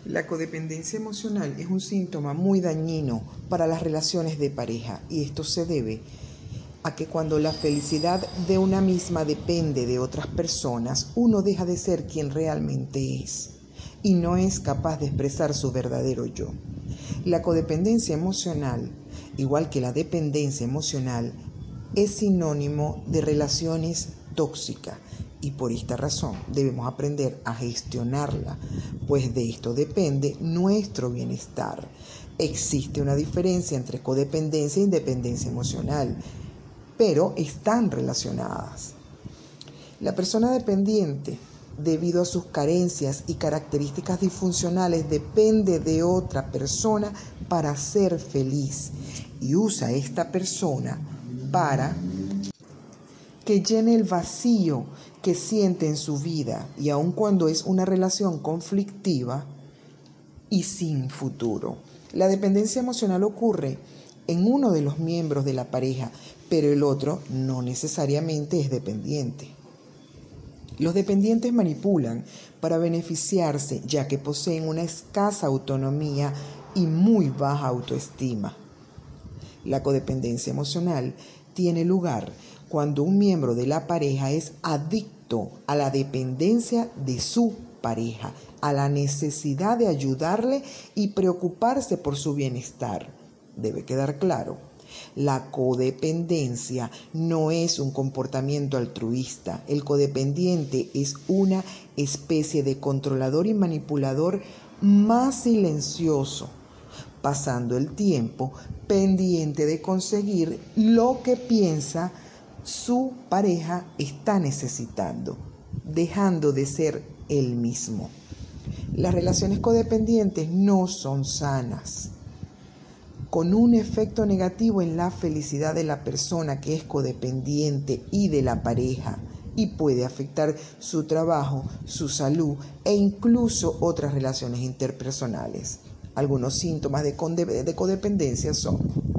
La codependencia emocional es un síntoma muy dañino para las relaciones de pareja y esto se debe a que cuando la felicidad de una misma depende de otras personas, uno deja de ser quien realmente es y no es capaz de expresar su verdadero yo. La codependencia emocional, igual que la dependencia emocional, es sinónimo de relaciones tóxicas y por esta razón debemos aprender a gestionarla, pues de esto depende nuestro bienestar. Existe una diferencia entre codependencia e independencia emocional, pero están relacionadas. La persona dependiente, debido a sus carencias y características disfuncionales, depende de otra persona para ser feliz y usa a esta persona para que llene el vacío que siente en su vida, y aun cuando es una relación conflictiva y sin futuro. La dependencia emocional ocurre en uno de los miembros de la pareja, pero el otro no necesariamente es dependiente. Los dependientes manipulan para beneficiarse, ya que poseen una escasa autonomía y muy baja autoestima. La codependencia emocional tiene lugar cuando un miembro de la pareja es adicto a la dependencia de su pareja, a la necesidad de ayudarle y preocuparse por su bienestar. Debe quedar claro, la codependencia no es un comportamiento altruista. El codependiente es una especie de controlador y manipulador más silencioso, pasando el tiempo pendiente de conseguir lo que piensa su pareja está necesitando, dejando de ser él mismo. Las relaciones codependientes no son sanas, con un efecto negativo en la felicidad de la persona que es codependiente y de la pareja, y puede afectar su trabajo, su salud e incluso otras relaciones interpersonales. Algunos síntomas de codependencia son: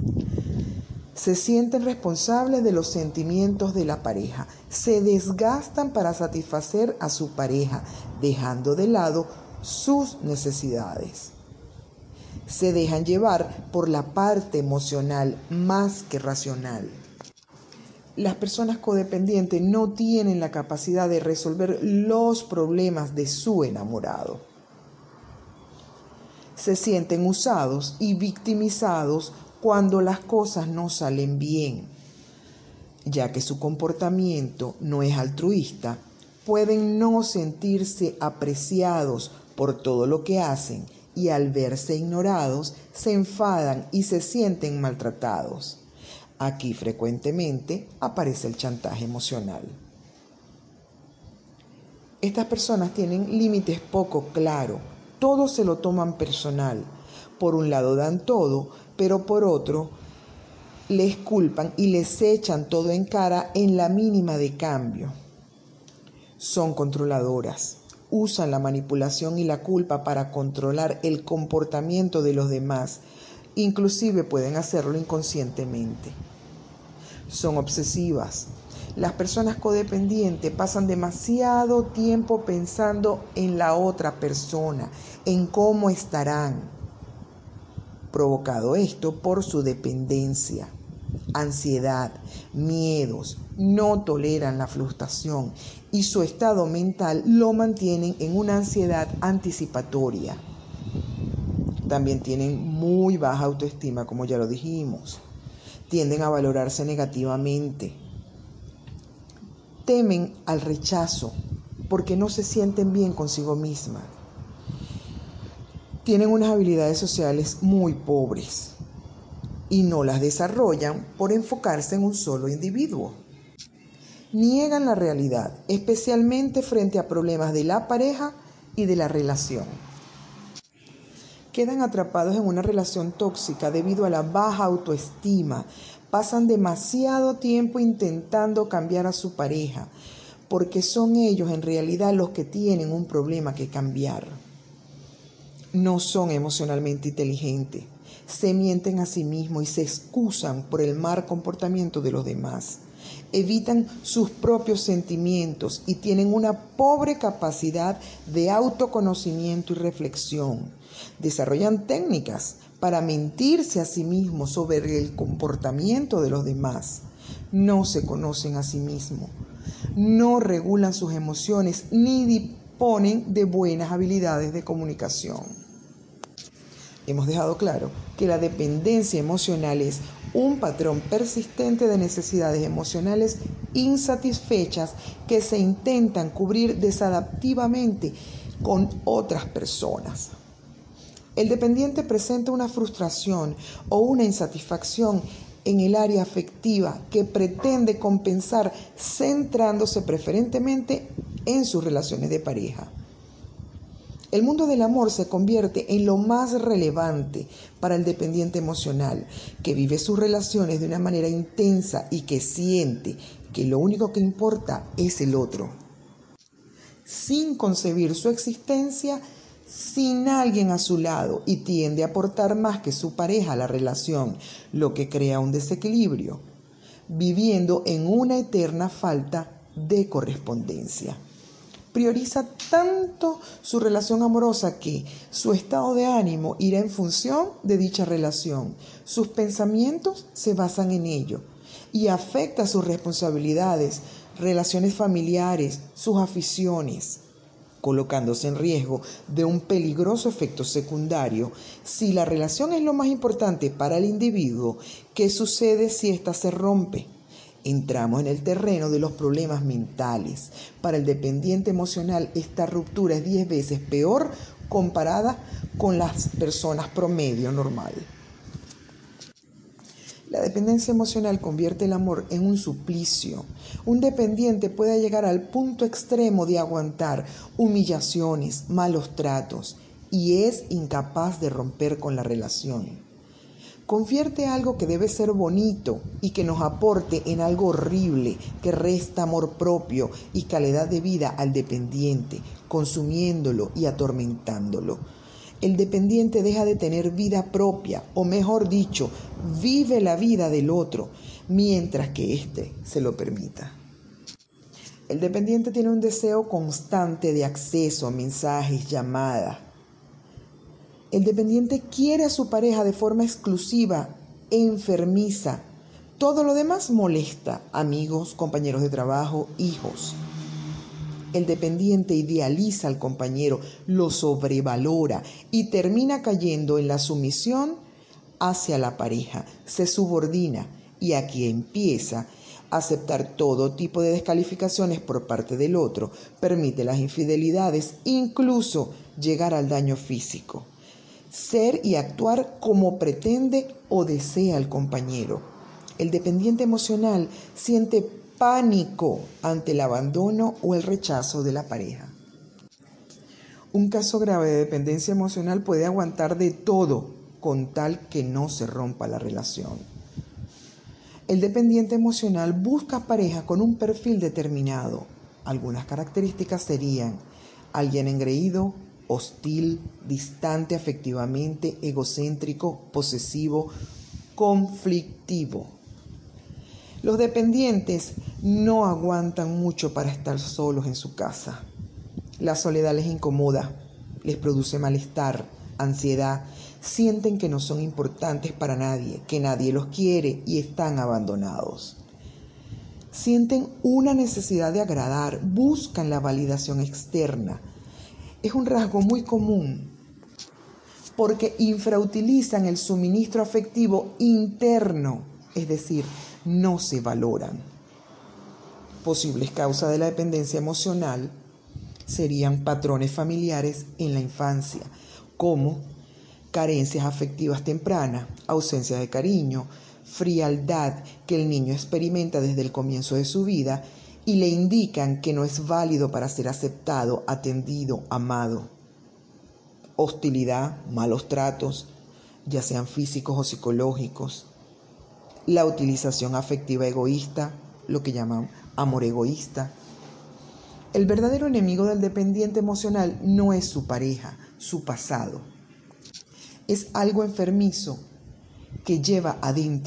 se sienten responsables de los sentimientos de la pareja, se desgastan para satisfacer a su pareja, dejando de lado sus necesidades. Se dejan llevar por la parte emocional más que racional. Las personas codependientes no tienen la capacidad de resolver los problemas de su enamorado. Se sienten usados y victimizados cuando las cosas no salen bien. Ya que su comportamiento no es altruista, pueden no sentirse apreciados por todo lo que hacen y al verse ignorados se enfadan y se sienten maltratados. Aquí frecuentemente aparece el chantaje emocional. Estas personas tienen límites poco claros, todo se lo toman personal. Por un lado dan todo, pero por otro les culpan y les echan todo en cara en la mínima de cambio. Son controladoras. Usan la manipulación y la culpa para controlar el comportamiento de los demás. Inclusive pueden hacerlo inconscientemente. Son obsesivas. Las personas codependientes pasan demasiado tiempo pensando en la otra persona, en cómo estarán. Provocado esto por su dependencia. Ansiedad, miedos, no toleran la frustración y su estado mental lo mantienen en una ansiedad anticipatoria. También tienen muy baja autoestima, como ya lo dijimos. Tienden a valorarse negativamente. Temen al rechazo porque no se sienten bien consigo misma. Tienen unas habilidades sociales muy pobres y no las desarrollan por enfocarse en un solo individuo. Niegan la realidad, especialmente frente a problemas de la pareja y de la relación. Quedan atrapados en una relación tóxica debido a la baja autoestima. Pasan demasiado tiempo intentando cambiar a su pareja, porque son ellos en realidad los que tienen un problema que cambiar. No son emocionalmente inteligentes. Se mienten a sí mismos y se excusan por el mal comportamiento de los demás. evitan sus propios sentimientos y tienen una pobre capacidad de autoconocimiento y reflexión. Desarrollan técnicas para mentirse a sí mismos sobre el comportamiento de los demás. No se conocen a sí mismos, no regulan sus emociones ni disponen de buenas habilidades de comunicación. Hemos dejado claro que la dependencia emocional es un patrón persistente de necesidades emocionales insatisfechas que se intentan cubrir desadaptivamente con otras personas. El dependiente presenta una frustración o una insatisfacción en el área afectiva que pretende compensar centrándose preferentemente en sus relaciones de pareja. El mundo del amor se convierte en lo más relevante para el dependiente emocional, que vive sus relaciones de una manera intensa y que siente que lo único que importa es el otro, sin concebir su existencia sin alguien a su lado, y tiende a aportar más que su pareja a la relación, lo que crea un desequilibrio, viviendo en una eterna falta de correspondencia. Prioriza tanto su relación amorosa que su estado de ánimo irá en función de dicha relación. Sus pensamientos se basan en ello y afecta sus responsabilidades, relaciones familiares, sus aficiones, colocándose en riesgo de un peligroso efecto secundario. Si la relación es lo más importante para el individuo, ¿qué sucede si ésta se rompe? Entramos en el terreno de los problemas mentales. Para el dependiente emocional, esta ruptura es 10 veces peor comparada con las personas promedio normal. La dependencia emocional convierte el amor en un suplicio. Un dependiente puede llegar al punto extremo de aguantar humillaciones, malos tratos, y es incapaz de romper con la relación. Convierte algo que debe ser bonito y que nos aporte en algo horrible que resta amor propio y calidad de vida al dependiente, consumiéndolo y atormentándolo. El dependiente deja de tener vida propia, o mejor dicho, vive la vida del otro, mientras que éste se lo permita. El dependiente tiene un deseo constante de acceso a mensajes, llamadas. El dependiente quiere a su pareja de forma exclusiva e enfermiza. Todo lo demás molesta: amigos, compañeros de trabajo, hijos. El dependiente idealiza al compañero, lo sobrevalora y termina cayendo en la sumisión hacia la pareja. Se subordina y aquí empieza a aceptar todo tipo de descalificaciones por parte del otro. Permite las infidelidades, incluso llegar al daño físico. Ser y actuar como pretende o desea el compañero. El dependiente emocional siente pánico ante el abandono o el rechazo de la pareja. Un caso grave de dependencia emocional puede aguantar de todo con tal que no se rompa la relación. El dependiente emocional busca pareja con un perfil determinado. Algunas características serían: alguien engreído, hostil, distante afectivamente, egocéntrico, posesivo, conflictivo. Los dependientes no aguantan mucho para estar solos en su casa. La soledad les incomoda, les produce malestar, ansiedad. Sienten que no son importantes para nadie, que nadie los quiere y están abandonados. Sienten una necesidad de agradar, buscan la validación externa. Es un rasgo muy común porque infrautilizan el suministro afectivo interno, es decir, no se valoran. Posibles causas de la dependencia emocional serían patrones familiares en la infancia, como carencias afectivas tempranas, ausencia de cariño, frialdad que el niño experimenta desde el comienzo de su vida y le indican que no es válido para ser aceptado, atendido, amado. Hostilidad, malos tratos, ya sean físicos o psicológicos. La utilización afectiva egoísta, lo que llaman amor egoísta. El verdadero enemigo del dependiente emocional no es su pareja, su pasado. Es algo enfermizo que lleva adentro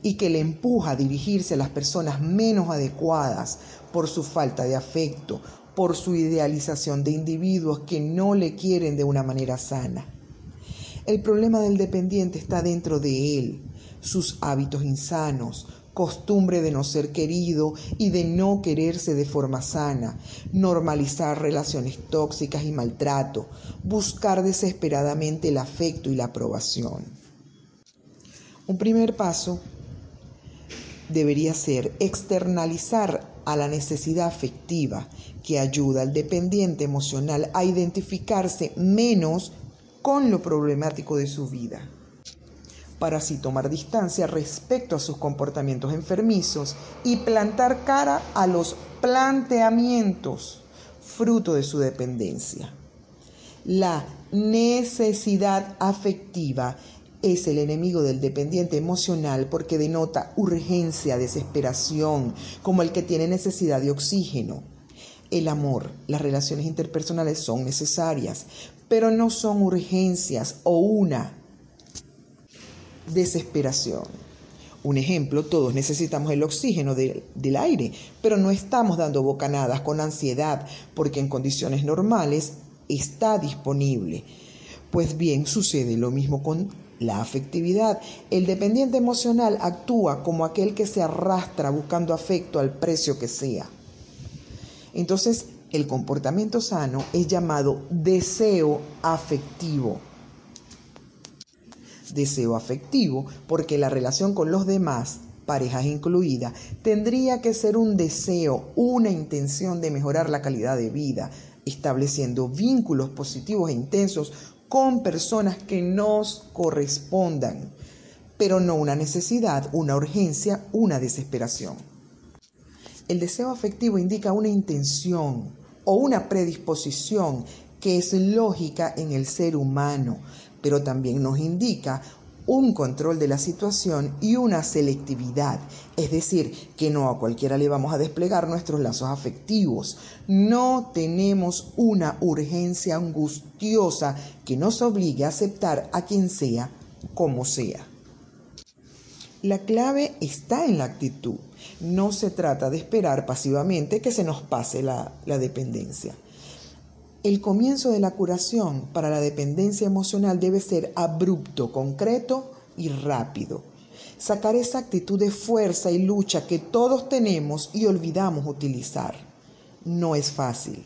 y que le empuja a dirigirse a las personas menos adecuadas por su falta de afecto, por su idealización de individuos que no le quieren de una manera sana. El problema del dependiente está dentro de él, sus hábitos insanos, costumbre de no ser querido y de no quererse de forma sana, normalizar relaciones tóxicas y maltrato, buscar desesperadamente el afecto y la aprobación. Un primer paso debería ser externalizar a la necesidad afectiva que ayuda al dependiente emocional a identificarse menos con lo problemático de su vida, para así tomar distancia respecto a sus comportamientos enfermizos y plantar cara a los planteamientos fruto de su dependencia. La necesidad afectiva es el enemigo del dependiente emocional porque denota urgencia, desesperación, como el que tiene necesidad de oxígeno. El amor, las relaciones interpersonales son necesarias, pero no son urgencias o una desesperación. Un ejemplo, todos necesitamos el oxígeno del aire, pero no estamos dando bocanadas con ansiedad porque en condiciones normales está disponible. Pues bien, sucede lo mismo con la afectividad. El dependiente emocional actúa como aquel que se arrastra buscando afecto al precio que sea. Entonces, el comportamiento sano es llamado deseo afectivo. Deseo afectivo porque la relación con los demás, parejas incluidas, tendría que ser un deseo, una intención de mejorar la calidad de vida, estableciendo vínculos positivos e intensos con personas que nos correspondan, pero no una necesidad, una urgencia, una desesperación. El deseo afectivo indica una intención o una predisposición que es lógica en el ser humano, pero también nos indica un control de la situación y una selectividad, es decir, que no a cualquiera le vamos a desplegar nuestros lazos afectivos. No tenemos una urgencia angustiosa que nos obligue a aceptar a quien sea, como sea. La clave está en la actitud. No se trata de esperar pasivamente que se nos pase la dependencia. El comienzo de la curación para la dependencia emocional debe ser abrupto, concreto y rápido. Sacar esa actitud de fuerza y lucha que todos tenemos y olvidamos utilizar. No es fácil.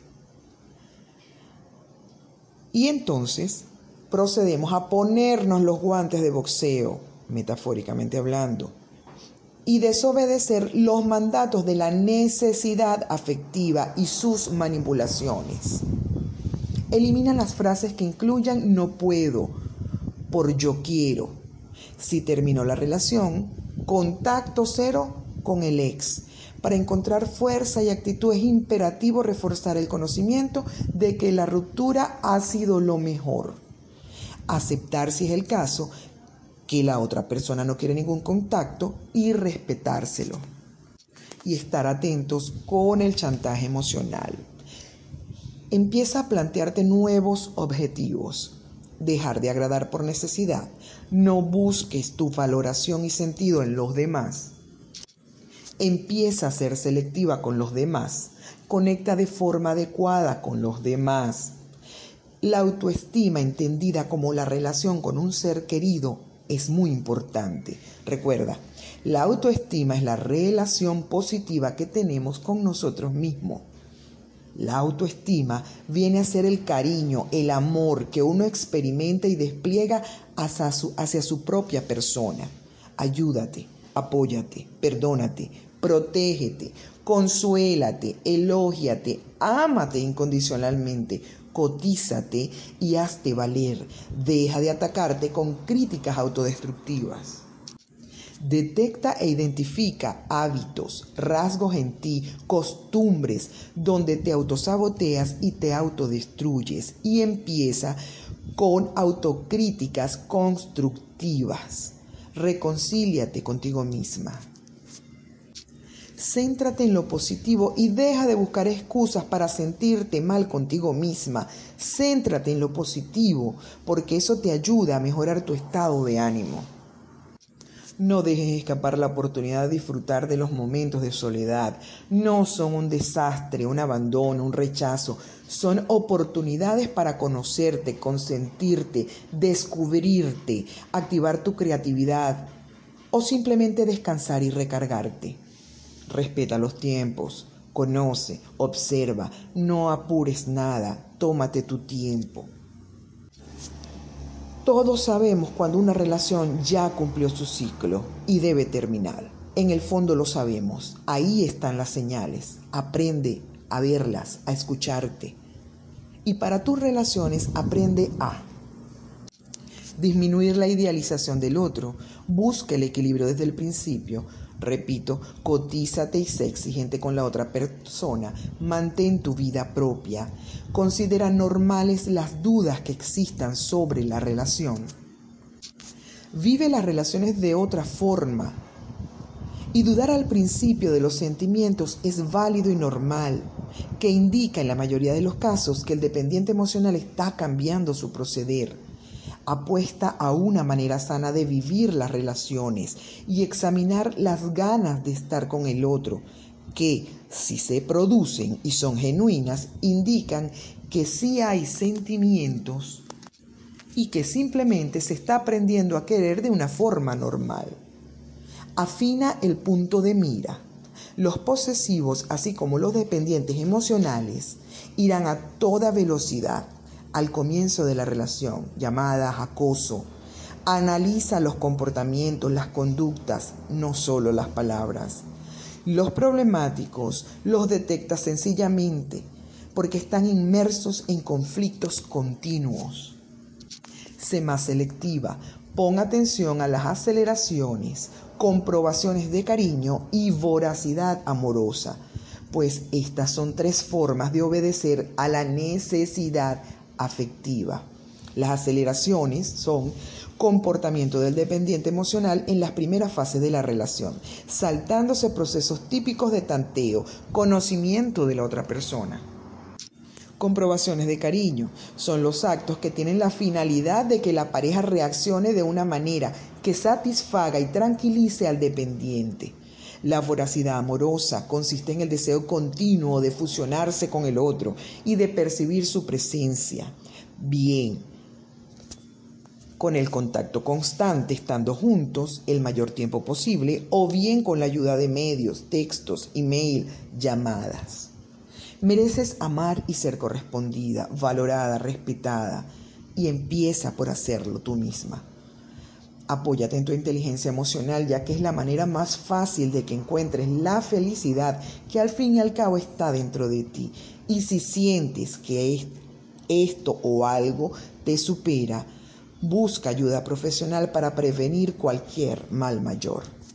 Y entonces procedemos a ponernos los guantes de boxeo, metafóricamente hablando, y desobedecer los mandatos de la necesidad afectiva y sus manipulaciones. Elimina las frases que incluyan no puedo por yo quiero. Si terminó la relación, contacto cero con el ex. Para encontrar fuerza y actitud es imperativo reforzar el conocimiento de que la ruptura ha sido lo mejor. Aceptar, si es el caso, que la otra persona no quiere ningún contacto y respetárselo. Y estar atentos con el chantaje emocional. Empieza a plantearte nuevos objetivos. Dejar de agradar por necesidad. No busques tu valoración y sentido en los demás. Empieza a ser selectiva con los demás. Conecta de forma adecuada con los demás. La autoestima, entendida como la relación con un ser querido, es muy importante. Recuerda, la autoestima es la relación positiva que tenemos con nosotros mismos. La autoestima viene a ser el cariño, el amor que uno experimenta y despliega hacia su propia persona. Ayúdate, apóyate, perdónate, protégete, consuélate, elógiate, ámate incondicionalmente, cotízate y hazte valer. Deja de atacarte con críticas autodestructivas. Detecta e identifica hábitos, rasgos en ti, costumbres donde te autosaboteas y te autodestruyes y empieza con autocríticas constructivas. Reconcíliate contigo misma. Céntrate en lo positivo y deja de buscar excusas para sentirte mal contigo misma. Céntrate en lo positivo porque eso te ayuda a mejorar tu estado de ánimo. No dejes escapar la oportunidad de disfrutar de los momentos de soledad. No son un desastre, un abandono, un rechazo. Son oportunidades para conocerte, consentirte, descubrirte, activar tu creatividad o simplemente descansar y recargarte. Respeta los tiempos, conoce, observa, no apures nada, tómate tu tiempo. Todos sabemos cuando una relación ya cumplió su ciclo y debe terminar. En el fondo lo sabemos. Ahí están las señales. Aprende a verlas, a escucharte. Y para tus relaciones aprende a disminuir la idealización del otro. Busca el equilibrio desde el principio. Repito, cotízate y sé exigente con la otra persona. Mantén tu vida propia. Considera normales las dudas que existan sobre la relación. Vive las relaciones de otra forma. Y dudar al principio de los sentimientos es válido y normal, que indica en la mayoría de los casos que el dependiente emocional está cambiando su proceder. Apuesta a una manera sana de vivir las relaciones y examinar las ganas de estar con el otro, que, si se producen y son genuinas, indican que sí hay sentimientos y que simplemente se está aprendiendo a querer de una forma normal. Afina el punto de mira. Los posesivos, así como los dependientes emocionales, irán a toda velocidad al comienzo de la relación, llamadas acoso. Analiza los comportamientos, las conductas, no solo las palabras. Los problemáticos los detecta sencillamente porque están inmersos en conflictos continuos. Sé más selectiva, pon atención a las aceleraciones, comprobaciones de cariño y voracidad amorosa, pues estas son 3 formas de obedecer a la necesidad afectiva. Las aceleraciones son comportamiento del dependiente emocional en las primeras fases de la relación, saltándose procesos típicos de tanteo, conocimiento de la otra persona. Comprobaciones de cariño son los actos que tienen la finalidad de que la pareja reaccione de una manera que satisfaga y tranquilice al dependiente. La voracidad amorosa consiste en el deseo continuo de fusionarse con el otro y de percibir su presencia, bien con el contacto constante estando juntos el mayor tiempo posible o bien con la ayuda de medios, textos, email, llamadas. Mereces amar y ser correspondida, valorada, respetada, y empieza por hacerlo tú misma. Apóyate en tu inteligencia emocional, ya que es la manera más fácil de que encuentres la felicidad que al fin y al cabo está dentro de ti. Y si sientes que esto o algo te supera, busca ayuda profesional para prevenir cualquier mal mayor.